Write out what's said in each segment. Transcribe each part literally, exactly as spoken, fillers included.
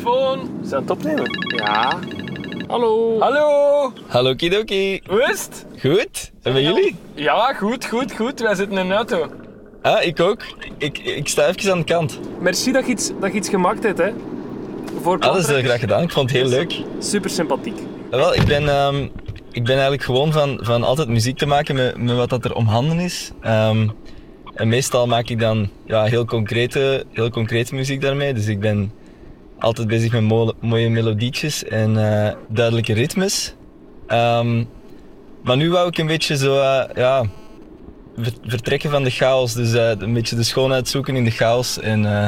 telefoon. Zijn we aan het opnemen? Ja. Hallo. Hallo. Hallo Kidoki. Hoe is het? Goed? En bij jullie? Ja, goed, goed, goed. Wij zitten in een auto. Ah, ik ook. Ik, ik sta even aan de kant. Merci dat je iets, dat je iets gemaakt hebt, hè. Voor Ah, dat is heel graag gedaan. Ik vond het heel leuk. Super sympathiek. Wel, ik ben, um, ik ben eigenlijk gewoon van, van altijd muziek te maken met, met wat dat er om handen is. Um, en meestal maak ik dan ja, heel, concrete, heel concrete muziek daarmee. Dus ik ben altijd bezig met mo- mooie melodietjes en uh, duidelijke ritmes. Um, maar nu wou ik een beetje zo, uh, ja, ver- vertrekken van de chaos. Dus uh, een beetje de schoonheid zoeken in de chaos. En, uh,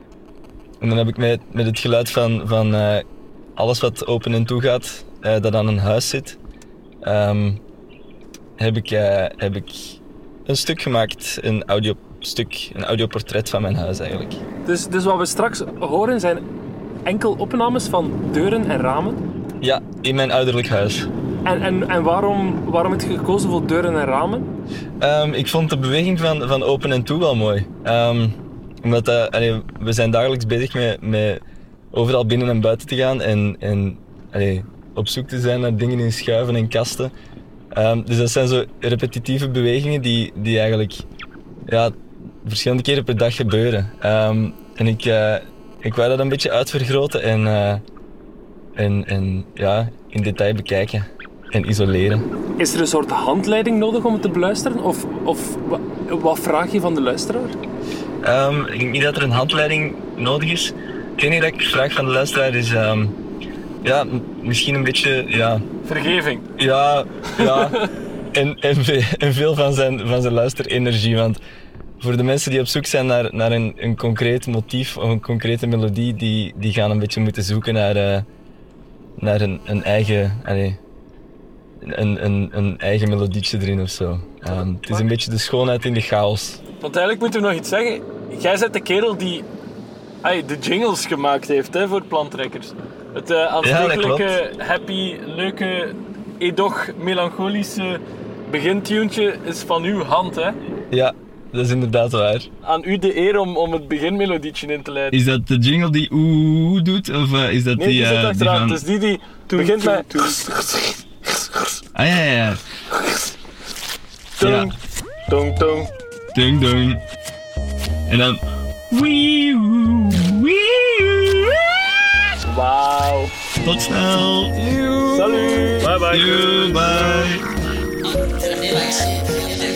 en dan heb ik met, met het geluid van, van uh, alles wat open en toe gaat, uh, dat aan een huis zit, um, heb, ik, uh, heb ik een stuk gemaakt, een audiostuk, een audioportret van mijn huis eigenlijk. Dus, dus wat we straks horen zijn enkel opnames van deuren en ramen. Ja, in mijn ouderlijk huis. En, en, en waarom, waarom heb je gekozen voor deuren en ramen? Um, ik vond de beweging van, van open en toe wel mooi. Um, omdat uh, allee, we zijn dagelijks bezig met, met overal binnen en buiten te gaan en, en allee, op zoek te zijn naar dingen in schuiven en kasten. Um, dus dat zijn zo repetitieve bewegingen die, die eigenlijk ja, verschillende keren per dag gebeuren. Um, en ik, uh, ik wou dat een beetje uitvergroten en, uh, en, en ja, in detail bekijken en isoleren. Is er een soort handleiding nodig om het te beluisteren? Of, of wa- wat vraag je van de luisteraar? Um, ik denk niet dat er een handleiding nodig is. Het enige dat ik vraag van de luisteraar is um, ja, m- misschien een beetje ja, Vergeving. ja, ja en, en, ve- en veel van zijn, van zijn luisterenergie. Want voor de mensen die op zoek zijn naar, naar een, een concreet motief of een concrete melodie, die, die gaan een beetje moeten zoeken naar, uh, naar een, een eigen... Allez, een, een, een eigen melodietje erin of zo. Um, het is een beetje de schoonheid in de chaos. Want eigenlijk moeten we nog iets zeggen. Jij bent de kerel die ay, de jingles gemaakt heeft, hè, voor Plantrekkers. Het uh, aanstekelijke, happy, leuke, edoch melancholische begintuntje is van uw hand, hè. Ja, dat is inderdaad waar. Aan u de eer om, om het beginmelodietje in te leiden. Is dat de jingle die oeh doet, of uh, is dat Nee, die... die zit uh, achteraan. van... Het is die die begint met... Ah ja, ja, ja. Tong, tong, tong. Dung, dung. En dan... Wee, woe, wee, Wauw. tot snel. Salut. Bye bye. Bye. Relaxing in the